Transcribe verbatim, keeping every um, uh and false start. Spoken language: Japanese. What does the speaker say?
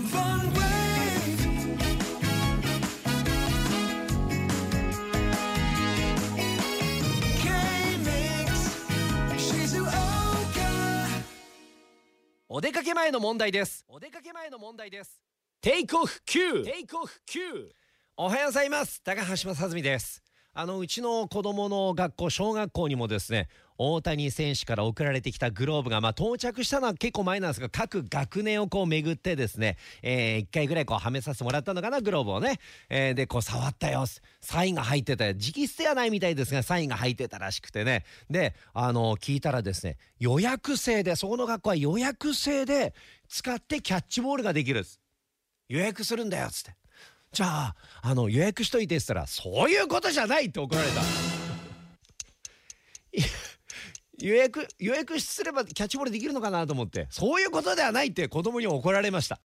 お出かけ前の問題です。お出かけ前の問題です。テイクオフ Q テイクオフ Q。 おはようございます。高橋正純です。あのうちの子供の学校、小学校にもですね、大谷選手から送られてきたグローブが、まあ、到着したのは結構前なんですが、各学年をこう巡ってですね、えー、いっかいぐらいこうはめさせてもらったのかな、グローブをね、えー、でこう触ったよ、サインが入ってたよ、直筆ではないみたいですがサインが入ってたらしくてね、であの聞いたらですね、予約制で、そこの学校は予約制で使ってキャッチボールができるんです。予約するんだよっつって、じゃああの予約しといてって言ったら、そういうことじゃないって怒られた予約予約すればキャッチボールできるのかなと思って、そういうことではないって子供に怒られました。